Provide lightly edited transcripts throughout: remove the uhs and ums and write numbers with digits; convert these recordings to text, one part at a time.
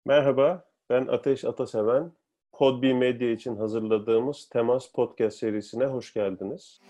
Merhaba, ben Ateş Ataseven. Podbi Medya için hazırladığımız Temas Podcast serisine hoş geldiniz.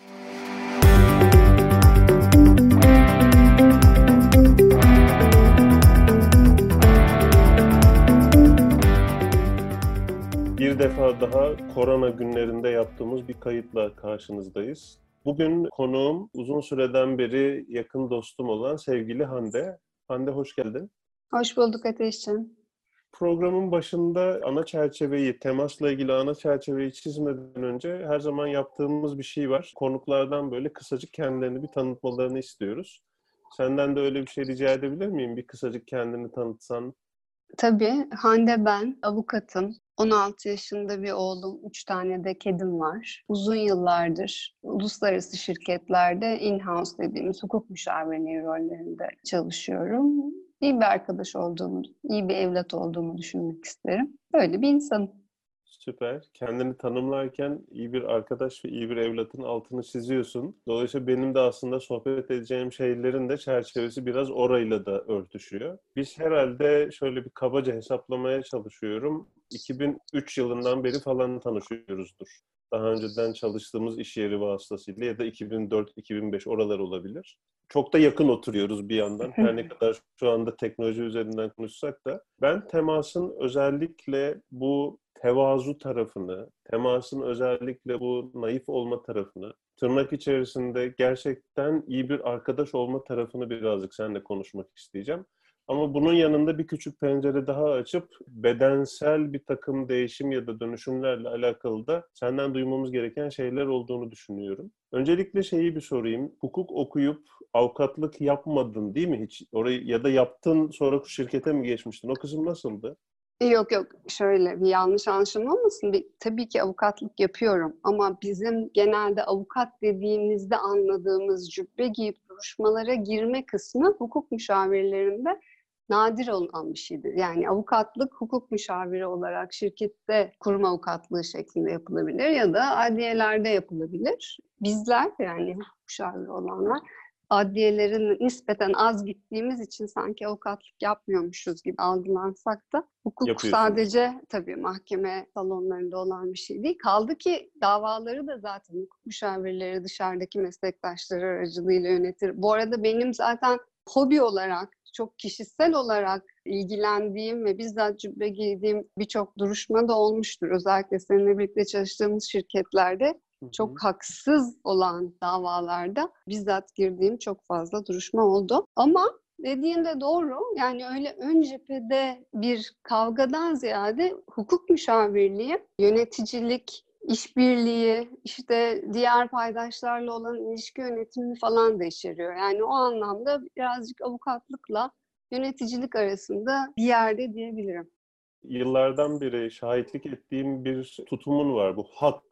Bir defa daha korona günlerinde yaptığımız bir kayıtla karşınızdayız. Bugün konuğum uzun süreden beri yakın dostum olan sevgili Hande. Hande hoş geldin. Hoş bulduk Ateşciğim. Programın başında ana çerçeveyi, temasla ilgili ana çerçeveyi çizmeden önce her zaman yaptığımız bir şey var. Konuklardan böyle kısacık kendilerini bir tanıtmalarını istiyoruz. Senden de öyle bir şey rica edebilir miyim? Bir kısacık kendini tanıtsan. Tabii, Hande ben, avukatım. 16 yaşında bir oğlum, 3 tane de kedim var. Uzun yıllardır uluslararası şirketlerde in-house dediğimiz hukuk müşavirliği rollerinde çalışıyorum. İyi bir arkadaş olduğumu, iyi bir evlat olduğumu düşünmek isterim. Böyle bir insanım. Süper. Kendini tanımlarken iyi bir arkadaş ve iyi bir evlatın altını çiziyorsun. Dolayısıyla benim de aslında sohbet edeceğim şeylerin de çerçevesi biraz orayla da örtüşüyor. Biz herhalde şöyle bir kabaca hesaplamaya çalışıyorum. 2003 yılından beri falan tanışıyoruzdur. Daha önceden çalıştığımız iş yeri vasıtasıyla ya da 2004-2005 oralar olabilir. Çok da yakın oturuyoruz bir yandan. Her ne kadar şu anda teknoloji üzerinden konuşsak da. Ben temasın özellikle bu tevazu tarafını, temasın özellikle bu naif olma tarafını, tırnak içerisinde gerçekten iyi bir arkadaş olma tarafını birazcık seninle konuşmak isteyeceğim. Ama bunun yanında bir küçük pencere daha açıp bedensel bir takım değişim ya da dönüşümlerle alakalı da senden duymamız gereken şeyler olduğunu düşünüyorum. Öncelikle şeyi bir sorayım. Hukuk okuyup avukatlık yapmadın değil mi hiç? Orayı ya da yaptın sonra şirkete mi geçmiştin? O kısım nasıldı? Yok şöyle bir yanlış anlaşılma olmasın. Tabii ki avukatlık yapıyorum ama bizim genelde avukat dediğimizde anladığımız cübbe giyip duruşmalara girme kısmı hukuk müşavirlerinde nadir olan bir şeydir. Yani avukatlık hukuk müşaviri olarak şirkette kurum avukatlığı şeklinde yapılabilir ya da adliyelerde yapılabilir. Bizler yani hukuk müşaviri olanlar adliyelerin nispeten az gittiğimiz için sanki avukatlık yapmıyormuşuz gibi algılansak da hukuk sadece tabii mahkeme salonlarında olan bir şey değil. Kaldı ki davaları da zaten hukuk müşavirleri dışarıdaki meslektaşları aracılığıyla yönetir. Bu arada benim zaten hobi olarak, çok kişisel olarak ilgilendiğim ve bizzat cübbe giydiğim birçok duruşma da olmuştur. Özellikle seninle birlikte çalıştığımız şirketlerde çok haksız olan davalarda bizzat girdiğim çok fazla duruşma oldu. Ama dediğin de doğru. Yani öyle ön cephede bir kavgadan ziyade hukuk müşavirliği, yöneticilik, işbirliği, işte diğer paydaşlarla olan ilişki yönetimini falan da içeriyor. Yani o anlamda birazcık avukatlıkla yöneticilik arasında bir yerde diyebilirim. Yıllardan beri şahitlik ettiğim bir tutumun var. Bu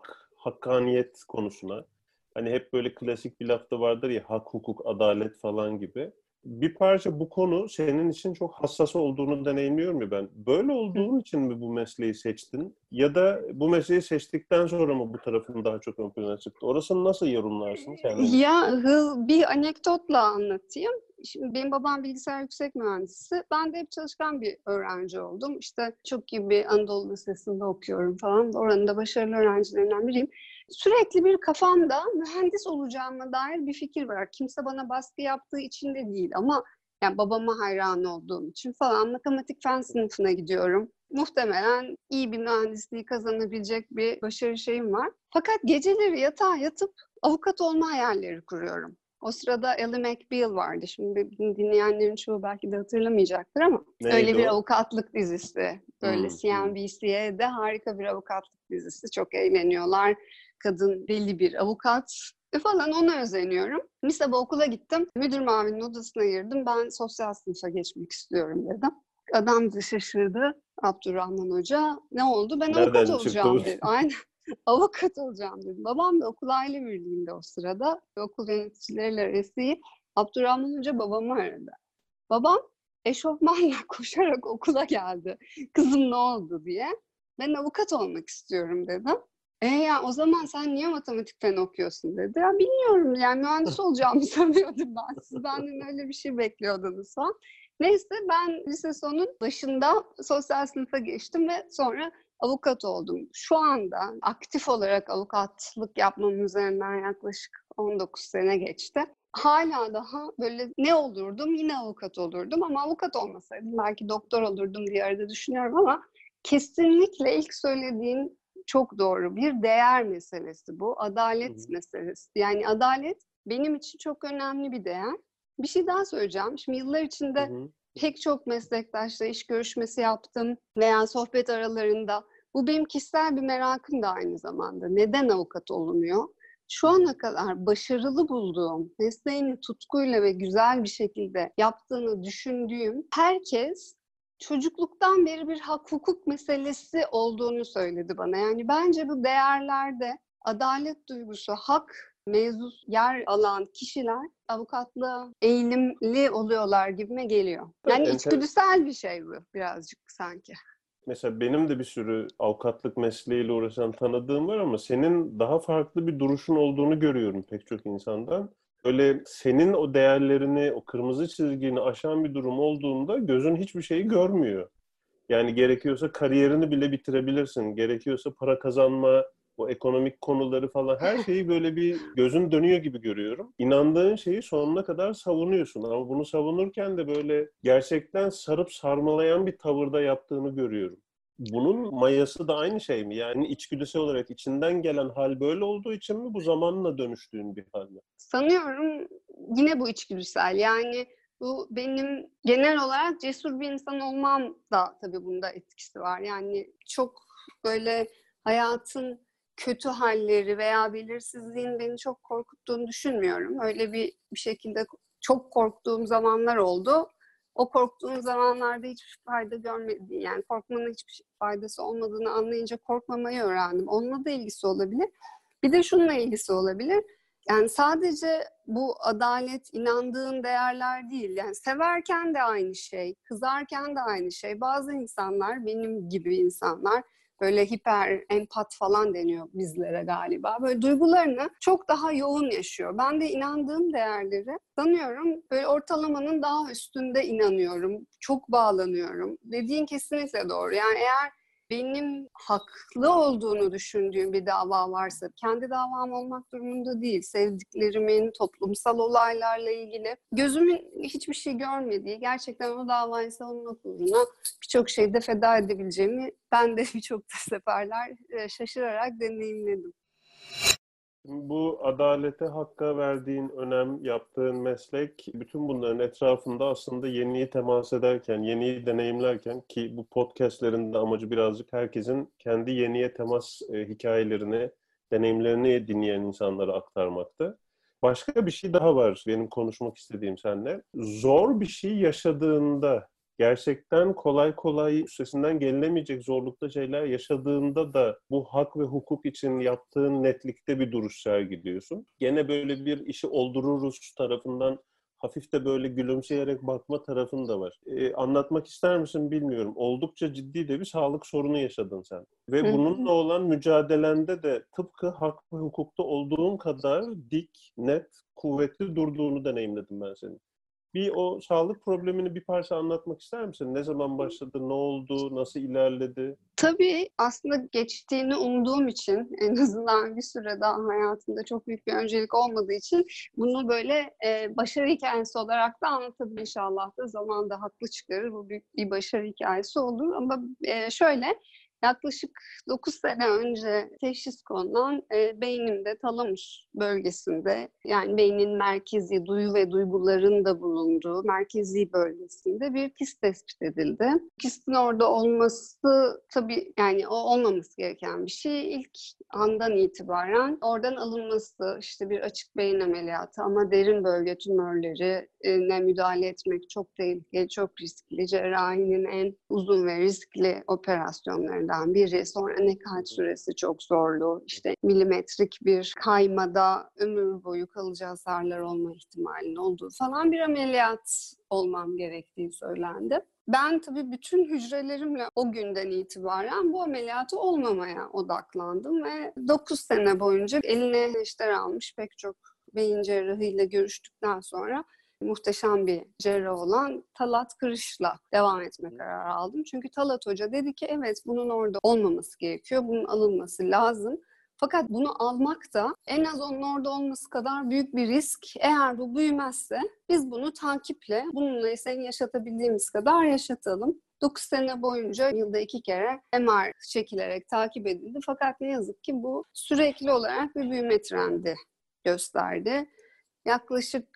hakkaniyet konusuna. Hani hep böyle klasik bir laf da vardır ya, hak, hukuk, adalet falan gibi. Bir parça bu konu senin için çok hassas olduğunu deneyimliyorum ya ben. Böyle olduğun için mi bu mesleği seçtin? Ya da bu mesleği seçtikten sonra mı bu tarafın daha çok ön plana çıktı? Orasını nasıl yorumlarsın kendin? Ya bir anekdotla anlatayım. Şimdi benim babam bilgisayar yüksek mühendisi. Ben de hep çalışkan bir öğrenci oldum. İşte çok iyi bir Anadolu Lisesi'nde okuyorum falan. Oranın da başarılı öğrencilerinden biriyim. Sürekli bir kafamda mühendis olacağıma dair bir fikir var. Kimse bana baskı yaptığı için de değil ama yani babama hayran olduğum için falan matematik fen sınıfına gidiyorum. Muhtemelen iyi bir mühendisliği kazanabilecek bir başarı şeyim var. Fakat geceleri yatağa yatıp avukat olma hayalleri kuruyorum. O sırada Ally McBeal vardı. Şimdi dinleyenlerin çoğu belki de hatırlamayacaktır ama Neydi öyle bir o? avukatlık dizisi. Böyle CNBC'de harika bir avukatlık dizisi. Çok eğleniyorlar. Kadın deli bir avukat falan, ona özeniyorum. Bir sabah okula gittim. Müdür muavininin odasına girdim. Ben sosyal sınıfa geçmek istiyorum dedim. Adam da şaşırdı. Abdurrahman Hoca. Ne oldu? Ben avukat Nereden çıktı bu? olacağım dedi. Aynen. Avukat olacağım dedim. Babam da okul aile birliğinde o sırada. Okul yöneticileriyle resi. Abdurrahman Hoca babamı aradı. Babam eşofmanla koşarak okula geldi. Kızım ne oldu diye. Ben avukat olmak istiyorum dedim. Ya o zaman sen niye matematik fen okuyorsun dedi. Ya bilmiyorum yani mühendis olacağımı sanıyordum ben. Siz benden öyle bir şey bekliyordunuz falan. Neyse ben lise sonun başında sosyal sınıfa geçtim ve sonra avukat oldum. Şu anda aktif olarak avukatlık yapmam üzerinden yaklaşık 19 sene geçti. Hala daha böyle ne olurdum? Yine avukat olurdum ama avukat olmasaydım belki doktor olurdum diye arada düşünüyorum ama kesinlikle ilk söylediğin çok doğru. Bir değer meselesi bu. Hı Adalet hı. meselesi. Yani adalet benim için çok önemli bir değer. Bir şey daha söyleyeceğim. Şimdi yıllar Hı içinde hı. pek çok meslektaşla iş görüşmesi yaptım veya sohbet aralarında. Bu benim kişisel bir merakım da aynı zamanda. Neden avukat olunuyor? Şu Hı hı. ana kadar başarılı bulduğum, mesleğini tutkuyla ve güzel bir şekilde yaptığını düşündüğüm herkes çocukluktan beri bir hak hukuk meselesi olduğunu söyledi bana. Yani bence bu değerlerde adalet duygusu, hak mevzusu yer alan kişiler avukatlığa eğilimli oluyorlar gibime geliyor. Yani Enter içgüdüsel bir şey bu birazcık sanki. Mesela benim de bir sürü avukatlık mesleğiyle uğraşan tanıdığım var ama senin daha farklı bir duruşun olduğunu görüyorum pek çok insandan. Öyle senin o değerlerini, o kırmızı çizgini aşan bir durum olduğunda gözün hiçbir şeyi görmüyor. Yani gerekiyorsa kariyerini bile bitirebilirsin. Gerekiyorsa para kazanma, o ekonomik konuları falan her şeyi böyle bir gözün dönüyor gibi görüyorum. İnandığın şeyi sonuna kadar savunuyorsun ama bunu savunurken de böyle gerçekten sarıp sarmalayan bir tavırda yaptığını görüyorum. Bunun mayası da aynı şey mi? Yani içgüdüsel olarak içinden gelen hal böyle olduğu için mi bu zamanla dönüştüğün bir hal mi? Sanıyorum yine bu içgüdüsel. Yani bu benim genel olarak cesur bir insan olmam da tabii bunda etkisi var. Yani çok böyle hayatın kötü halleri veya belirsizliğin beni çok korkuttuğunu düşünmüyorum. Öyle bir şekilde çok korktuğum zamanlar oldu. O korktuğum zamanlarda hiçbir fayda görmediğim, yani korkmanın hiçbir faydası olmadığını anlayınca korkmamayı öğrendim. Onunla da ilgisi olabilir. Bir de şununla ilgisi olabilir. Yani sadece bu adalet, inandığın değerler değil. Yani severken de aynı şey, kızarken de aynı şey. Bazı insanlar, benim gibi insanlar, böyle hiper empat falan deniyor bizlere galiba. Böyle duygularını çok daha yoğun yaşıyor. Ben de inandığım değerleri sanıyorum böyle ortalamanın daha üstünde inanıyorum. Çok bağlanıyorum. Dediğin kesinlikle doğru. Yani eğer benim haklı olduğunu düşündüğüm bir dava varsa, kendi davam olmak durumunda değil, sevdiklerimin, toplumsal olaylarla ilgili gözümün hiçbir şey görmediği, gerçekten o davayı savunmak uğruna birçok şeyde feda edebileceğimi ben de birçok seferler şaşırarak deneyimledim. Bu adalete, hakka verdiğin önem, yaptığın meslek, bütün bunların etrafında aslında yeniyi temas ederken, yeniyi deneyimlerken ki bu podcastlerin de amacı birazcık herkesin kendi yeniye temas hikayelerini, deneyimlerini dinleyen insanlara aktarmaktı. Başka bir şey daha var benim konuşmak istediğim seninle. Zor bir şey yaşadığında gerçekten kolay kolay üstesinden gelinemeyecek zorlukta şeyler yaşadığında da bu hak ve hukuk için yaptığın netlikte bir duruş sergiliyorsun. Gene böyle bir işi oldururuz tarafından hafif de böyle gülümseyerek bakma tarafın da var. Anlatmak ister misin bilmiyorum. Oldukça ciddi de bir sağlık sorunu yaşadın sen. Ve bununla olan mücadelende de tıpkı hak ve hukukta olduğun kadar dik, net, kuvvetli durduğunu deneyimledim ben senin. Bir o sağlık problemini bir parça anlatmak ister misin? Ne zaman başladı, ne oldu, nasıl ilerledi? Tabii aslında geçtiğini umduğum için en azından bir süre daha hayatımda çok büyük bir öncelik olmadığı için bunu böyle başarı hikayesi olarak da anlatabilirim inşallah da zamanda haklı çıkarır. Bu büyük bir başarı hikayesi olur ama şöyle yaklaşık 9 sene önce teşhis konulan beynimde talamus bölgesinde yani beynin merkezi duyu ve duyguların da bulunduğu merkezi bölgesinde bir kist tespit edildi. Kistin orada olması tabii yani o olmaması gereken bir şey. İlk andan itibaren oradan alınması işte bir açık beyin ameliyatı ama derin bölge tümörleri ne müdahale etmek çok tehlikeli, çok riskli. Cerrahinin en uzun ve riskli operasyonlarından biri. Sonra nekaat süresi çok zorlu. İşte milimetrik bir kaymada ömür boyu kalıcı hasarlar olma ihtimalinin olduğu falan bir ameliyat olmam gerektiği söylendi. Ben tabii bütün hücrelerimle o günden itibaren bu ameliyatı olmamaya odaklandım ve 9 sene boyunca eline neşter almış pek çok beyin cerrahıyla görüştükten sonra muhteşem bir cerrah olan Talat Kırış'la devam etme kararı aldım. Çünkü Talat Hoca dedi ki evet, bunun orada olmaması gerekiyor, bunun alınması lazım. Fakat bunu almak da en az onun orada olması kadar büyük bir risk. Eğer bu büyümezse biz bunu takiple, bununla seni yaşatabildiğimiz kadar yaşatalım. 9 sene boyunca yılda 2 kere MR çekilerek takip edildi. Fakat ne yazık ki bu sürekli olarak bir büyüme trendi gösterdi. Yaklaşık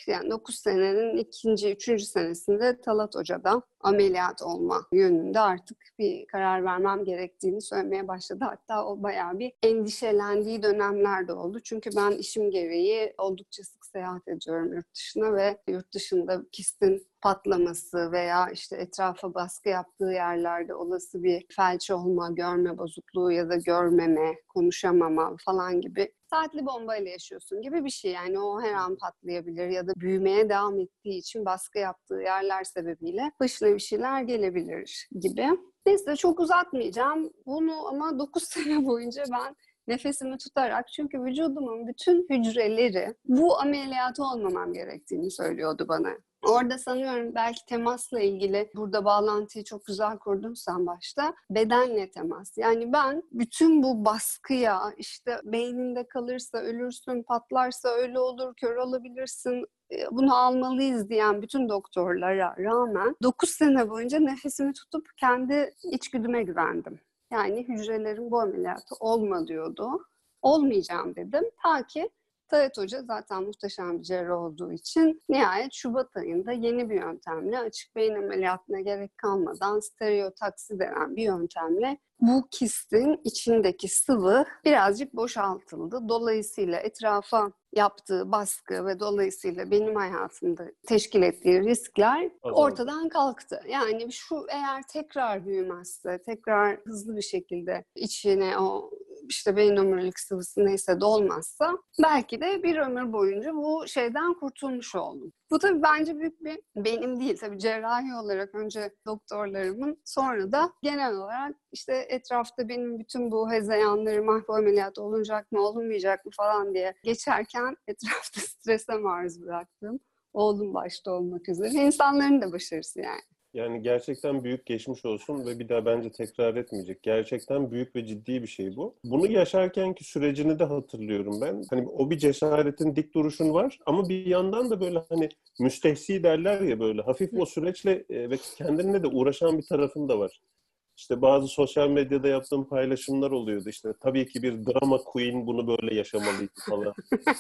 9 senenin ikinci, üçüncü senesinde Talat Hoca'da ameliyat olma yönünde artık bir karar vermem gerektiğini söylemeye başladı. Hatta o bayağı bir endişelendiği dönemler de oldu. Çünkü ben işim gereği oldukça sık seyahat ediyorum yurt dışına ve yurt dışında kistin patlaması veya işte etrafa baskı yaptığı yerlerde olası bir felç olma, görme bozukluğu ya da görmeme, konuşamama falan gibi saatli bombayla yaşıyorsun gibi bir şey. Yani o her an patlayabilir ya da büyümeye devam ettiği için baskı yaptığı yerler sebebiyle başına bir şeyler gelebilir gibi. Neyse, çok uzatmayacağım. Bunu ama 9 sene boyunca ben nefesimi tutarak, çünkü vücudumun bütün hücreleri bu ameliyatı olmamam gerektiğini söylüyordu bana. Orada sanıyorum belki temasla ilgili, burada bağlantıyı çok güzel kurdun sen başta. Bedenle temas. Yani ben bütün bu baskıya, işte beyninde kalırsa ölürsün, patlarsa öyle olur, kör olabilirsin, bunu almalıyız diyen bütün doktorlara rağmen 9 sene boyunca nefesimi tutup kendi içgüdüme güvendim. Yani hücrelerin bu ameliyatı olma diyordu. Olmayacağım dedim. Ta ki Talat Hoca zaten muhteşem bir cerrah olduğu için nihayet Şubat ayında yeni bir yöntemle, açık beyin ameliyatına gerek kalmadan stereotaksi denen bir yöntemle bu kistin içindeki sıvı birazcık boşaltıldı. Dolayısıyla etrafa yaptığı baskı ve dolayısıyla benim hayatımda teşkil ettiği riskler ortadan kalktı. Yani şu eğer tekrar büyümezse, tekrar hızlı bir şekilde içine o işte beyin omurilik sıvısı neyse dolmazsa belki de bir ömür boyunca bu şeyden kurtulmuş oldum. Bu tabii bence büyük bir, benim değil tabii cerrahi olarak önce doktorlarımın, sonra da genel olarak işte etrafta benim bütün bu hezeyanlarıma bu ameliyat olacak mı olmayacak mı falan diye geçerken etrafta strese maruz bıraktım. Oğlum başta olmak üzere. İnsanların da başarısı yani. Yani gerçekten büyük geçmiş olsun ve bir daha bence tekrar etmeyecek. Gerçekten büyük ve ciddi bir şey bu. Bunu yaşarkenki sürecini de hatırlıyorum ben. Hani o bir cesaretin, dik duruşun var ama bir yandan da böyle hani müstehsi derler ya, böyle hafif o süreçle ve kendinle de uğraşan bir tarafın da var. İşte bazı sosyal medyada yaptığım paylaşımlar oluyordu. İşte tabii ki bir drama queen bunu böyle yaşamalıydı falan.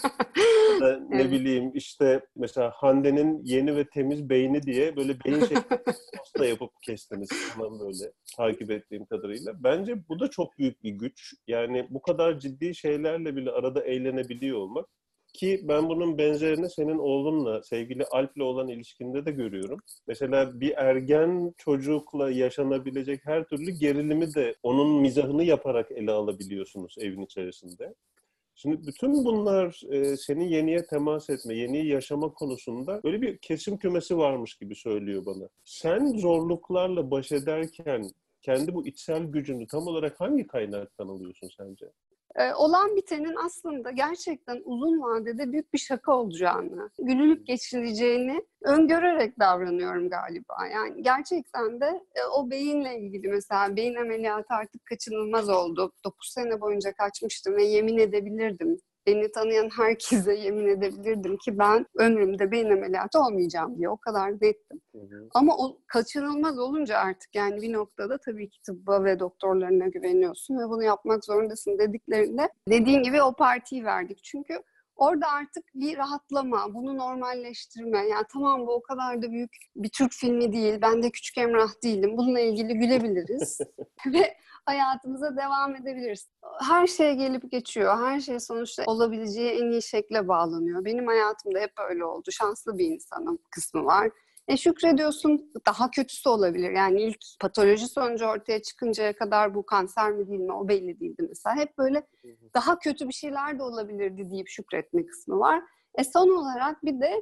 Ya da ne Evet. bileyim işte mesela Hande'nin yeni ve temiz beyni diye böyle beyin şeklinde posta yapıp kestiniz falan, böyle takip ettiğim kadarıyla. Bence bu da çok büyük bir güç. Yani bu kadar ciddi şeylerle bile arada eğlenebiliyor olmak. Ki ben bunun benzerini senin oğlunla, sevgili Alp'le olan ilişkinde de görüyorum. Mesela bir ergen çocukla yaşanabilecek her türlü gerilimi de onun mizahını yaparak ele alabiliyorsunuz evin içerisinde. Şimdi bütün bunlar senin yeniye temas etme, yeniyi yaşama konusunda böyle bir kesim kümesi varmış gibi söylüyor bana. Sen zorluklarla baş ederken kendi bu içsel gücünü tam olarak hangi kaynaktan alıyorsun sence? Olan bitenin aslında gerçekten uzun vadede büyük bir şaka olacağını, gülünüp geçileceğini öngörerek davranıyorum galiba. Yani gerçekten de o beyinle ilgili, mesela beyin ameliyatı artık kaçınılmaz oldu. 9 sene boyunca kaçmıştım ve yemin edebilirdim. Beni tanıyan herkese yemin edebilirdim ki ben ömrümde beyin ameliyatı olmayacağım diye. O kadar nettim. Hı hı. Ama o kaçınılmaz olunca artık yani bir noktada tabii ki tıbba ve doktorlarına güveniyorsun ve bunu yapmak zorundasın dediklerinde dediğin gibi o partiyi verdik. Çünkü orada artık bir rahatlama, bunu normalleştirme. Yani tamam, bu o kadar da büyük bir Türk filmi değil, ben de Küçük Emrah değilim. Bununla ilgili gülebiliriz ve hayatımıza devam edebiliriz. Her şey gelip geçiyor. Her şey sonuçta olabileceği en iyi şekle bağlanıyor. Benim hayatımda hep öyle oldu. Şanslı bir insanım kısmı var. Şükrediyorsun, daha kötüsü olabilir. Yani ilk patoloji sonucu ortaya çıkıncaya kadar bu kanser mi değil mi o belli değildi mesela. Hep böyle daha kötü bir şeyler de olabilirdi deyip şükretme kısmı var. Son olarak bir de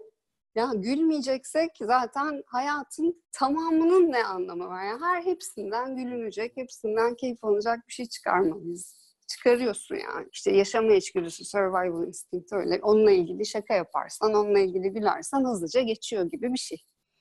Ya gülmeyeceksek zaten hayatın tamamının ne anlamı var? Yani hepsinden gülünecek, hepsinden keyif alınacak bir şey çıkarmalıyız. Çıkarıyorsun yani. İşte yaşama içgüdüsü, survival instinct öyle. Onunla ilgili şaka yaparsan, onunla ilgili gülersen hızlıca geçiyor gibi bir şey.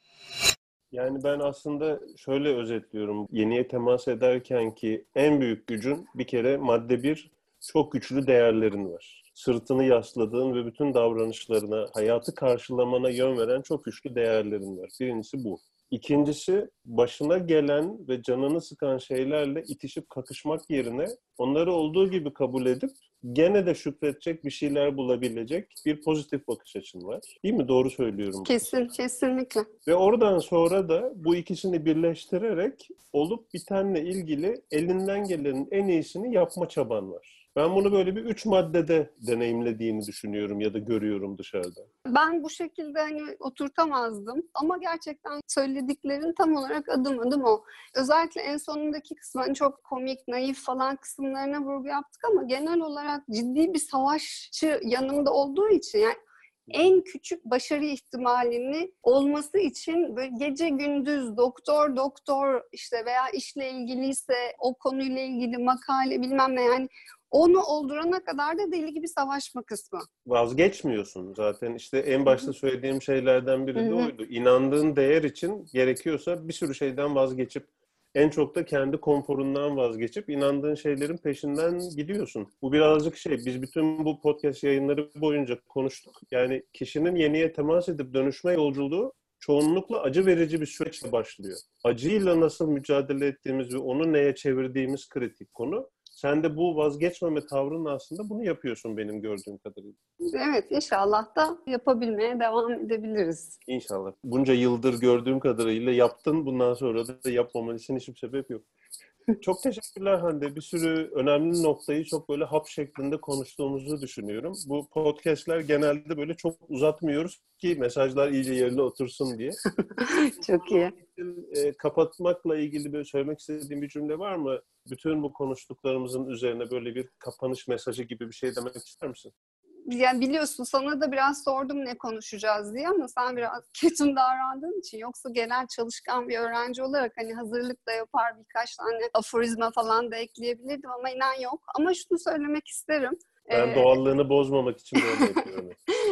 Yani ben aslında şöyle özetliyorum. Yeniye temas ederken ki en büyük gücün bir kere madde bir, çok güçlü değerlerin var. Sırtını yasladığın ve bütün davranışlarına, hayatı karşılamana yön veren çok güçlü değerlerin var. Birincisi bu. İkincisi, başına gelen ve canını sıkan şeylerle itişip kakışmak yerine onları olduğu gibi kabul edip gene de şükredecek bir şeyler bulabilecek bir pozitif bakış açın var. Değil mi? Doğru söylüyorum. Kesinlikle. Ve oradan sonra da bu ikisini birleştirerek olup bitenle ilgili elinden gelenin en iyisini yapma çaban var. Ben bunu böyle bir 3 maddede deneyimlediğini düşünüyorum ya da görüyorum dışarıda. Ben bu şekilde oturtamazdım ama gerçekten söylediklerin tam olarak adım adım o. Özellikle en sonundaki kısmı çok komik, naif falan kısımlarına vurgu yaptık ama genel olarak ciddi bir savaşçı yanımda olduğu için yani en küçük başarı ihtimalini olması için böyle gece gündüz doktor işte veya işle ilgiliyse o konuyla ilgili makale bilmem ne yani onu oldurana kadar da deli gibi savaşma kısmı. Vazgeçmiyorsun zaten. İşte en başta söylediğim şeylerden biri de oydu. İnandığın değer için gerekiyorsa bir sürü şeyden vazgeçip en çok da kendi konforundan vazgeçip inandığın şeylerin peşinden gidiyorsun. Bu birazcık biz bütün bu podcast yayınları boyunca konuştuk. Yani kişinin yeniye temas edip dönüşme yolculuğu çoğunlukla acı verici bir süreçle başlıyor. Acıyla nasıl mücadele ettiğimiz ve onu neye çevirdiğimiz kritik konu. Sen de bu vazgeçmeme tavrınla aslında bunu yapıyorsun benim gördüğüm kadarıyla. Evet, inşallah da yapabilmeye devam edebiliriz. İnşallah. Bunca yıldır gördüğüm kadarıyla yaptın. Bundan sonra da yapmaman için hiçbir sebep yok. Çok teşekkürler Hande. Bir sürü önemli noktayı çok böyle hap şeklinde konuştuğumuzu düşünüyorum. Bu podcastler genelde böyle çok uzatmıyoruz ki mesajlar iyice yerine otursun diye. Çok iyi. Kapatmakla ilgili böyle söylemek istediğim bir cümle var mı? Bütün bu konuştuklarımızın üzerine böyle bir kapanış mesajı gibi bir şey demek ister misin? Yani biliyorsun sana da biraz sordum ne konuşacağız diye ama sen biraz ketum davrandığın için yoksa genel çalışkan bir öğrenci olarak hani hazırlık da yapar birkaç tane aforizma falan da ekleyebilirdim ama inan yok. Ama şunu söylemek isterim. Ben doğallığını bozmamak için böyle yapıyorum.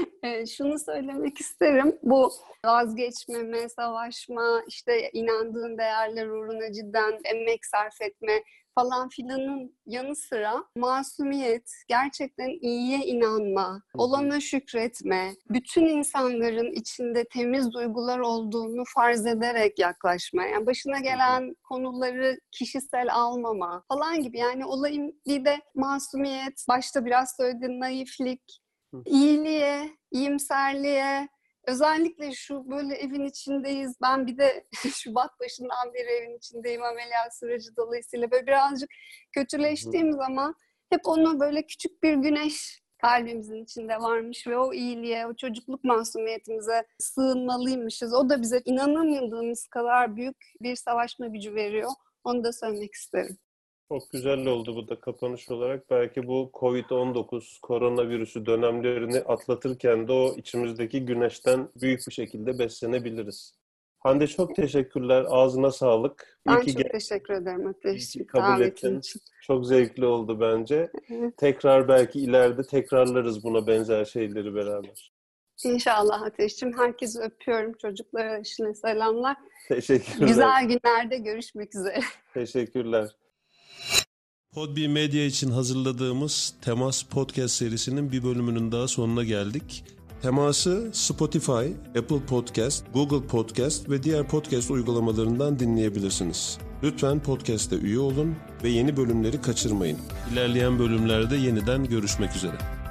Şunu söylemek isterim. Bu vazgeçmeme, savaşma, işte inandığın değerler uğruna cidden emek sarf etme falan filanın yanı sıra masumiyet, gerçekten iyiye inanma, olana şükretme, bütün insanların içinde temiz duygular olduğunu farz ederek yaklaşma. Yani başına gelen konuları kişisel almama falan gibi. Yani olayın bir de masumiyet, başta biraz söylediğin naiflik, iyiliğe, iyimserliğe, özellikle şu böyle evin içindeyiz. Ben bir de Şubat başından beri evin içindeyim ameliyat süreci dolayısıyla. Böyle birazcık kötüleştiğim zaman hep onu böyle küçük bir güneş kalbimizin içinde varmış ve o iyiliğe, o çocukluk masumiyetimize sığınmalıymışız. O da bize inanamadığımız kadar büyük bir savaşma gücü veriyor. Onu da söylemek isterim. Çok güzel oldu bu da kapanış olarak. Belki bu Covid-19 koronavirüsü dönemlerini atlatırken de o içimizdeki güneşten büyük bir şekilde beslenebiliriz. Hande çok teşekkürler. Ağzına sağlık. Ben çok teşekkür ederim Ateşciğim. Kabul ettin. Çok zevkli oldu bence. Tekrar belki ileride tekrarlarız buna benzer şeyleri beraber. İnşallah Ateşciğim. Herkesi öpüyorum. Çocuklara eşine selamlar. Teşekkürler. Güzel günlerde görüşmek üzere. Teşekkürler. Podbi Medya için hazırladığımız Temas Podcast serisinin bir bölümünün daha sonuna geldik. Teması Spotify, Apple Podcast, Google Podcast ve diğer podcast uygulamalarından dinleyebilirsiniz. Lütfen podcast'te üye olun ve yeni bölümleri kaçırmayın. İlerleyen bölümlerde yeniden görüşmek üzere.